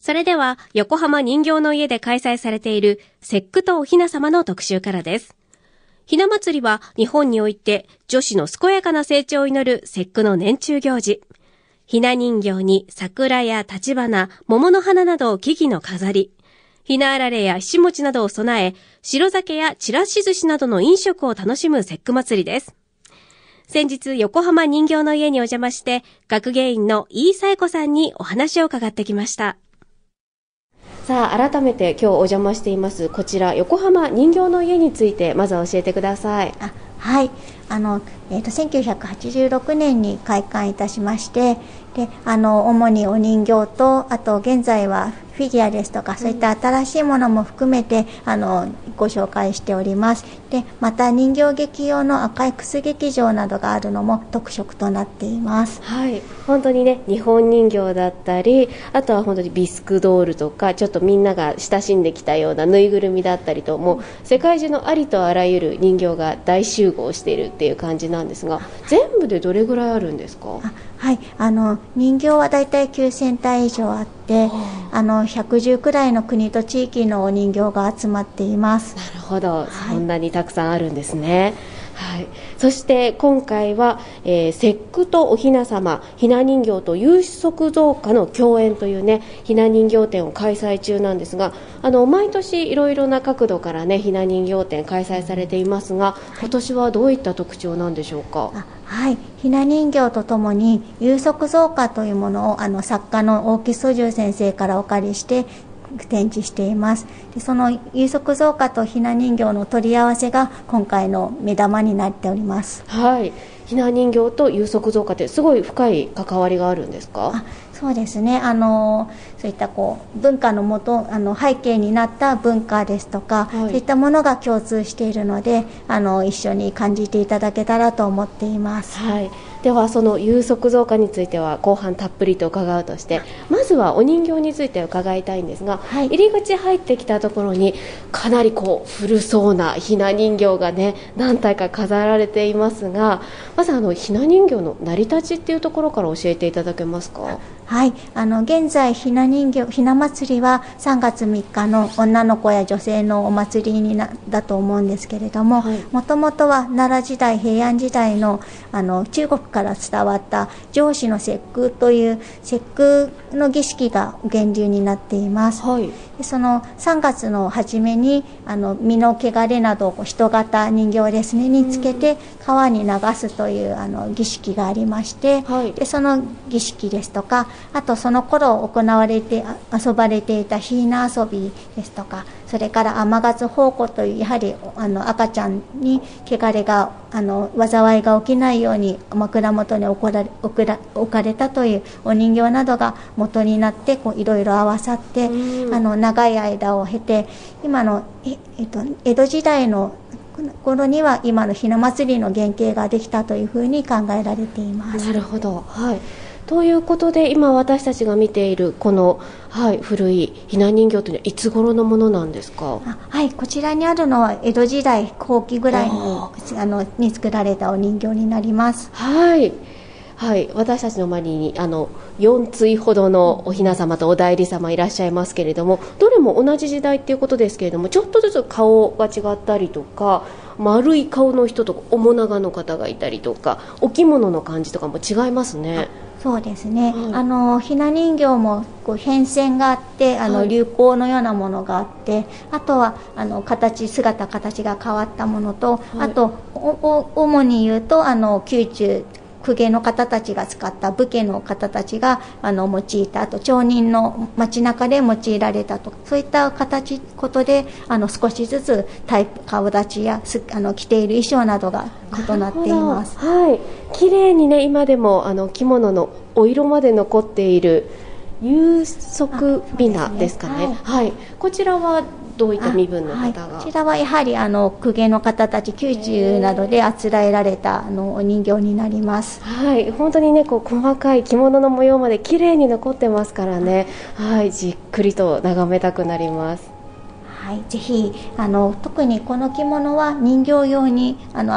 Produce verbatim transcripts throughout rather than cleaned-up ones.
それでは、横浜人形の家で開催されている節句とお雛様の特集からです。ひな祭りは日本において女子の健やかな成長を祈る節句の年中行事。ひな人形に桜や立花、桃の花などを木々の飾り、ひなあられやひし餅などを備え、白酒やちらし寿司などの飲食を楽しむ節句祭りです。先日、横浜人形の家にお邪魔して、学芸員の飯佐恵子さんにお話を伺ってきました。さあ、改めて今日お邪魔していますこちら横浜人形の家についてまずは教えてください。 あはいあの、えー、とせんきゅうひゃくはちじゅうろくねんに開館いたしまして、であの主にお人形と、あと現在はフィギュアですとかそういった新しいものも含めて、うん、あのご紹介しております。でまた人形劇用の赤いクス劇場などがあるのも特色となっています。 はい、本当にね日本人形だったり、あとは本当にビスクドールとかちょっとみんなが親しんできたようなぬいぐるみだったりと、もう世界中のありとあらゆる人形が大集合しているっていう感じなんですが、全部でどれぐらいあるんですか？ あはいあの人形はだいたいきゅうせんたい以上あって、あのひゃくじゅうくらいの国と地域のお人形が集まっています。 なるほど、はい、そんなにたくさんあるんですね。はい、そして今回は、えー、節句とお雛様、ひな人形と有職造花の共演というねひな人形展を開催中なんですが、あの毎年いろいろな角度からねひな人形展開催されていますが、今年はどういった特徴なんでしょうか？ あはい、ひな人形とともに有職造花というものをあの作家の大木曽十先生からお借りして展示しています。でその有職造花とひな人形の取り合わせが今回の目玉になっております。 はい、ひな人形と有職造花ってすごい深い関わりがあるんですか？ あそうですね、あのそういったこう文化の元あの背景になった文化ですとか、はい、そういったものが共通しているので、あの一緒に感じていただけたらと思っています。 はい、ではその有職造花については後半たっぷりと伺うとして、まずはお人形について伺いたいんですが、はい、入り口入ってきたところにかなりこう古そうなひな人形がね何体か飾られていますが、まずあのひな人形の成り立ちっていうところから教えていただけますか？ はい、あの現在ひな人形ひな祭りはさんがつみっかの女の子や女性のお祭りになだと思うんですけれども、もともとは奈良時代平安時代のあの中国から伝わった上司の節句という節句の儀式が源流になっています。はい、でそのさんがつの初めにあの身の汚れなどを人型人形ですねにつけて川に流すというあの儀式がありまして、はい、でその儀式ですとか、あとその頃行われて遊ばれていたひな遊びですとか、それから天勝奉公というやはりあの赤ちゃんに汚れがあの災いが起きないように枕元に置かれ置ら置かれたというお人形などが元になってこういろいろ合わさって、あの長い間を経て今のえ、えっと、江戸時代の頃には今のひな祭りの原型ができたというふうに考えられています。 なるほど、はい、ということで今私たちが見ているこの、はい、古いひな人形というのはいつ頃のものなんですか？ あはい、こちらにあるのは江戸時代後期ぐらいにあのに作られたお人形になります。 はいはい、私たちの周りにあのよん対ほどのお雛様とお内裏様いらっしゃいますけれども、どれも同じ時代っていうことですけれども、ちょっとずつ顔が違ったりとか、丸い顔の人とか面長の方がいたりとか、お着物の感じとかも違いますね。 そうですね、はい、あのひな人形もこう変遷があって、あの、はい、流行のようなものがあって、あとはあの形姿形が変わったものと、はい、あとおお主に言うとあの宮中公家の方たちが使った武家の方たちがあの用いた、あと町人の街中で用いられたと、そういった形ことであの少しずつタイプ顔立ちやすあの着ている衣装などが異なっています。 はい、綺麗にね今でもあの着物のお色まで残っている有職びなですかね。はい、はい、こちらはどういった身分の方が？ はい、こちらはやはりあの公家の方たち宮中などであつらえられたあのお人形になります。 はい、本当にねこう細かい着物の模様まで綺麗に残ってますからね、はい、じっくりと眺めたくなります。 はい、ぜひあの特にこの着物は人形用にあのあつ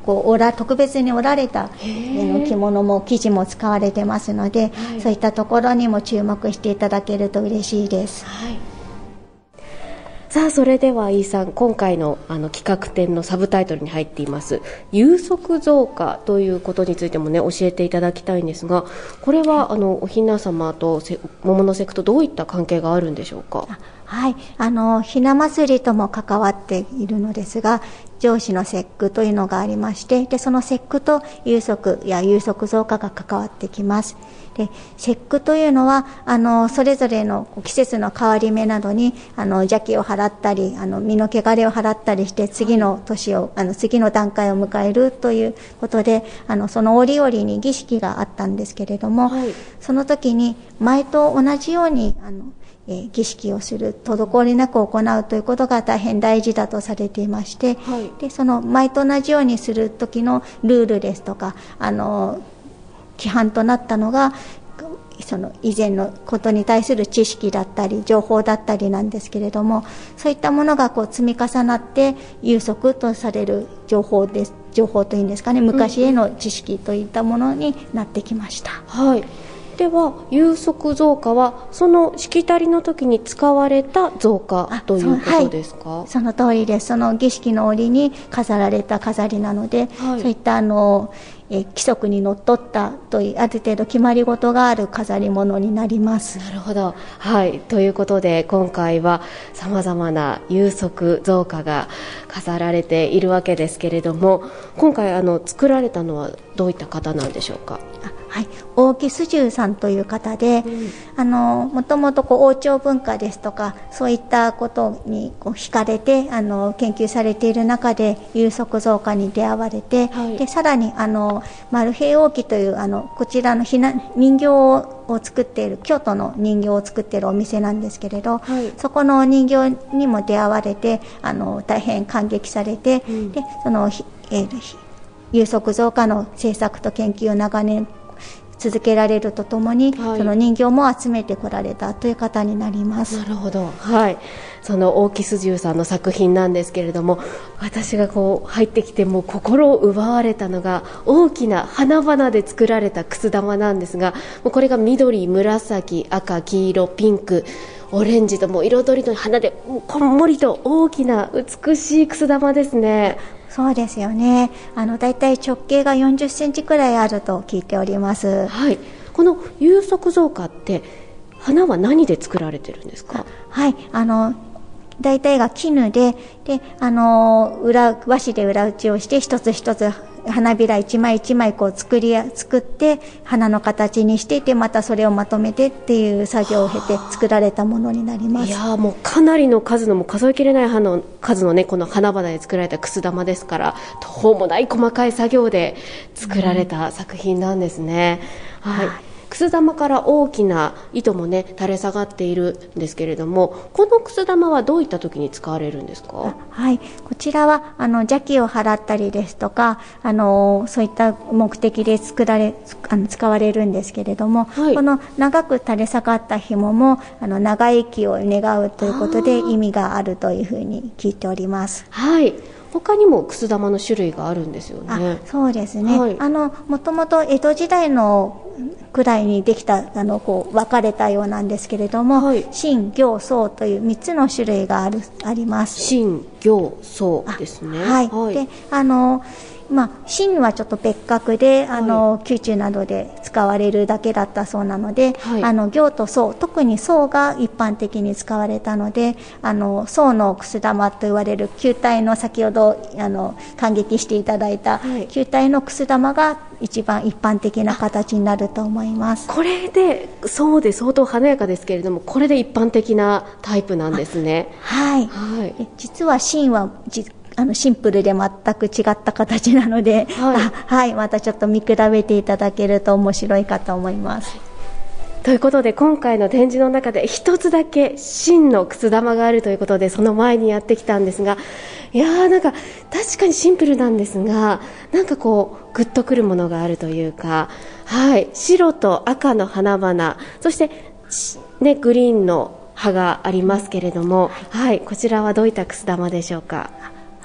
こう折ら特別に折られたの着物も生地も使われてますので、はい、そういったところにも注目していただけると嬉しいです。はい、 さあそれでは飯さん、今回 の, あの企画展のサブタイトルに入っています有足増加ということについてもね教えていただきたいんですが、これはあのおひな様と桃の節句とどういった関係があるんでしょうか。 はい、あのひな祭りとも関わっているのですが、上司の節句というのがありまして、でその節句と有足や有足増加が関わってきます。で節句というのはあのそれぞれの季節の変わり目などにあの邪気を払ったり、あの身の汚れを払ったりして次の年を、あの次の段階を迎えるということで、あのその折々に儀式があったんですけれども、はい、その時に前と同じようにあのえー、儀式をする、滞りなく行うということが大変大事だとされていまして、はい、でその前と同じようにする時のルールですとか、あの規範となったのがその以前のことに対する知識だったり情報だったりなんですけれども、そういったものがこう積み重なって有足とされる情報です情報というんですかね、昔への知識といったものになってきました。 うん、はい。では有足増加はそのしきたりの時に使われた増加ということですか。 はい、その通りです。その儀式の折に飾られた飾りなので、はい、そういったあのえ規則にのっとったというある程度決まり事がある飾り物になります。 なるほど、はい、ということで今回はさまざまな有足増加が飾られているわけですけれども、今回あの作られたのはどういった方なんでしょうか。 はい、大木須十さんという方で、うん、あのもともとこう王朝文化ですとかそういったことにこう惹かれてあの研究されている中で有足増加に出会われて、はい、でさらにあの丸平王記というあのこちらのひな人形を作っている京都の人形を作っているお店なんですけれど、はい、そこの人形にも出会われてあの大変感激されて、うん、でその、えー、有足増加の制作と研究を長年続けられるとともに、はい、その人形も集めてこられたという方になります。 なるほど、はい、その大木須十さんの作品なんですけれども、私がこう入ってきてもう心を奪われたのが大きな花々で作られたくす玉なんですが、もうこれが緑、紫、赤、黄色、ピンク、オレンジともう彩りの花でこんもりと大きな美しいくす玉ですね。 そうですよね。あのだいたい直径がよんじゅっセンチくらいあると聞いております。 はい、この有足増加って花は何で作られてるんですか。 はい、あの大体が絹で、であの裏和紙で裏打ちをして一つ一つ花びら一枚一枚こう作り作って花の形にしていて、またそれをまとめてっていう作業を経て作られたものになります。 いやもうかなりの数のもう数えきれない花の数のねこの花々で作られたくす玉ですから、途方もない細かい作業で作られた作品なんですね。うん、はい、はい、くす玉から大きな糸もね垂れ下がっているんですけれども、このくす玉はどういった時に使われるんですか。 はい、こちらはあの邪気を払ったりですとか、あのそういった目的で作られあの使われるんですけれども、はい、この長く垂れ下がった紐もあの長生きを願うということで意味があるというふうに聞いております。 はい、他にもくす玉の種類があるんですよね。 あ、そうですね、はい、あのもともと江戸時代のくらいにできたあのこう分かれたようなんですけれども、はい、真行草というみっつの種類があるあります。 真行草ですね。 はい、はい、であのまあ、真はちょっと別格で、はい、あの宮中などで使われるだけだったそうなので、はい、あの行と草、特に草が一般的に使われたので、あの草のくす玉と言われる球体の先ほどあの感激していただいた、はい、球体のくす玉が一番一般的な形になると思います。 これでそうで相当華やかですけれども、これで一般的なタイプなんですね。 はい、はい、実は真はあのシンプルで全く違った形なので、はい、あ、はい、またちょっと見比べていただけると面白いかと思います。 ということで今回の展示の中で一つだけ真のくす玉があるということで、その前にやってきたんですが、いやーなんか確かにシンプルなんですが、なんかこうグッとくるものがあるというか、はい、白と赤の花々、そして、ね、グリーンの葉がありますけれども、はい、こちらはどういったくす玉でしょうか。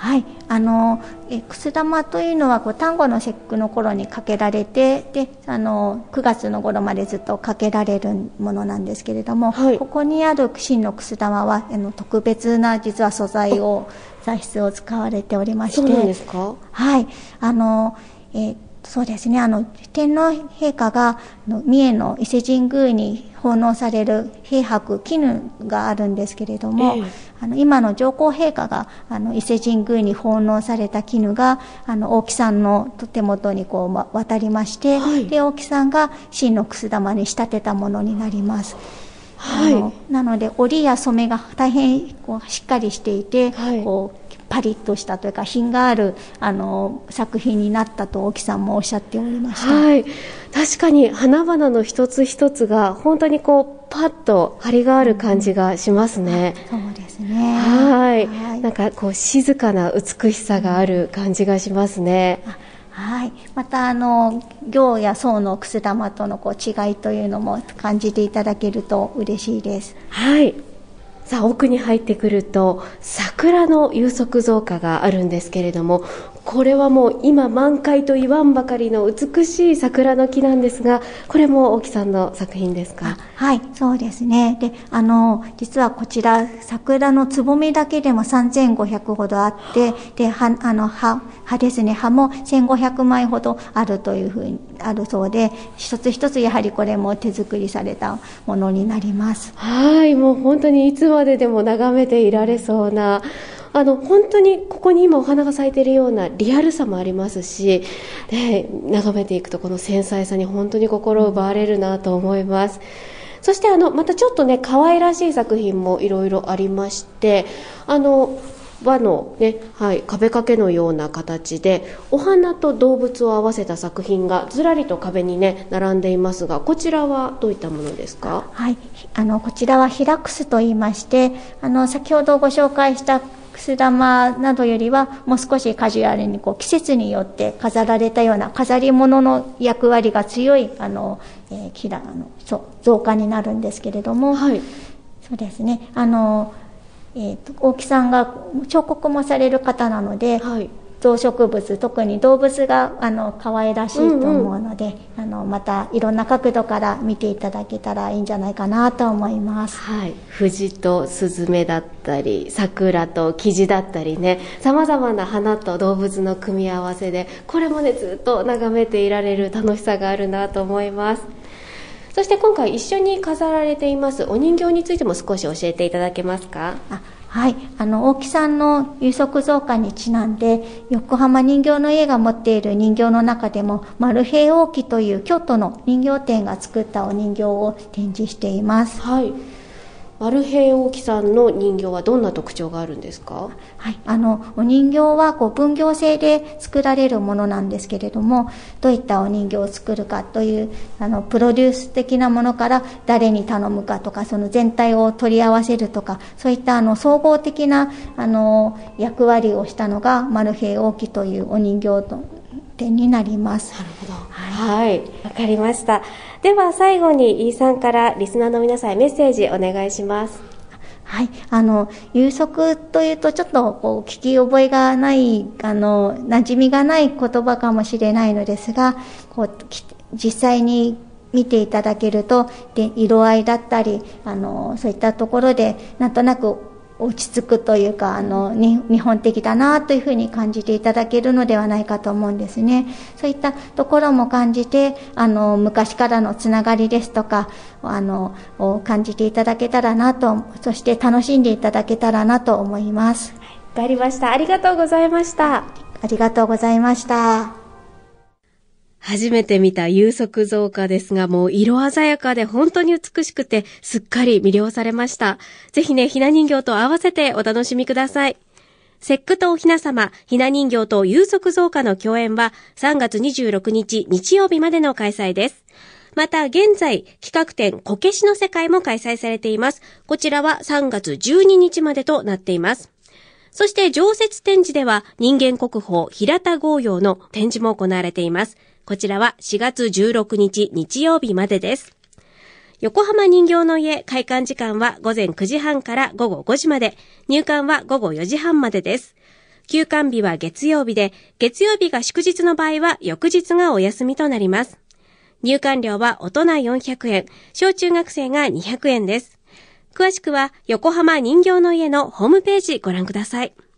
はい、あのえくす玉というのはこう端午の節句の頃にかけられて、であのくがつの頃までずっとかけられるものなんですけれども、はい、ここにある真のくす玉はあの特別な実は素材を材質を使われておりまして。 そうなんですか？ はい、あのえーそうですね、あの天皇陛下が三重の伊勢神宮に奉納される幣箔絹があるんですけれども、えー、あの今の上皇陛下があの伊勢神宮に奉納された絹があの大木さんの手元にこう渡りまして、はい、で大木さんが真のくす玉に仕立てたものになります。はい、あのなので織りや染めが大変こうしっかりしていて、はい、こうパリッとしたというか品があるあの作品になったと大木さんもおっしゃっておりました。 はい、確かに花々の一つ一つが本当にこうパッと張りがある感じがしますね。 うん、そうですね。 はい、はい、なんかこう静かな美しさがある感じがしますね。 はい、またあの行や層のくす玉とのこう違いというのも感じていただけると嬉しいです。 はい。さあ奥に入ってくると桜の有足造花があるんですけれども、これはもう今満開と言わんばかりの美しい桜の木なんですが、これも大木さんの作品ですか？ はい、そうですね。で、あの実はこちら桜のつぼみだけでもさんぜんごひゃくほどあって、で葉あの葉葉ですね、葉もせんごひゃくまいほどあるというふうにあるそうで、一つ一つやはりこれも手作りされたものになります。 はい、もう本当にいつまででも眺めていられそうな、あの本当にここに今お花が咲いているようなリアルさもありますし、で眺めていくとこの繊細さに本当に心を奪われるなと思います。そしてあのまたちょっとね可愛らしい作品もいろいろありまして、あの和の、ねはい、壁掛けのような形でお花と動物を合わせた作品がずらりと壁にね並んでいますが、こちらはどういったものですか？ はい、あのこちらはヒラクスと言いまして、あの先ほどご紹介したくす玉などよりはもう少しカジュアルにこう季節によって飾られたような飾り物の役割が強いあの、えー、キラあのそう造花になるんですけれども、はい、そうですね、あのえー、と大木さんが彫刻もされる方なので、はい、動植物特に動物があの可愛らしいと思うので、うんうん、あのまたいろんな角度から見ていただけたらいいんじゃないかなと思います。 はい、藤とスズメだったり桜とキジだったりね、さまざまな花と動物の組み合わせで、これもねずっと眺めていられる楽しさがあるなと思います。そして今回一緒に飾られていますお人形についても少し教えていただけますか？ あはい、あの大木さんの有足造花にちなんで、横浜人形の家が持っている人形の中でも丸平王記という京都の人形店が作ったお人形を展示しています。 はい、丸平王記さんの人形はどんな特徴があるんですか？ はい、あのお人形はこう分業制で作られるものなんですけれども、どういったお人形を作るかというあのプロデュース的なものから誰に頼むかとか、その全体を取り合わせるとか、そういったあの総合的なあの役割をしたのが丸平王記というお人形と点になります。 なるほど。はい、わかりました。では最後に飯さんからリスナーの皆さんへメッセージお願いします。 はい、あの有足というとちょっとこう聞き覚えがないあの馴染みがない言葉かもしれないのですが、こう実際に見ていただけると、で色合いだったりあのそういったところでなんとなく落ち着くというか、あの日本的だなというふうに感じていただけるのではないかと思うんですね。そういったところも感じて、あの昔からのつながりですとかあのを感じていただけたらなと、そして楽しんでいただけたらなと思います。 わかりました。ありがとうございました。 ありがとうございました。 初めて見た有足造花ですが、もう色鮮やかで本当に美しくてすっかり魅了されました。ぜひね、ひな人形と合わせてお楽しみください。節句とおひなさま、ひな人形と有足造花の共演はさんがつにじゅうろくにち日曜日までの開催です。また現在企画展こけしの世界も開催されています。こちらはさんがつじゅうににちまでとなっています。そして常設展示では人間国宝平田豪陽の展示も行われています。こちらはしがつじゅうろくにち日曜日までです。横浜人形の家開館時間はごぜんくじはんからごごごじまで、入館はごごよじはんまでです。 休館日は月曜日で、月曜日が祝日の場合は翌日がお休みとなります。入館料は大人よんひゃくえん、小中学生がにひゃくえんです。詳しくは横浜人形の家のホームページご覧ください。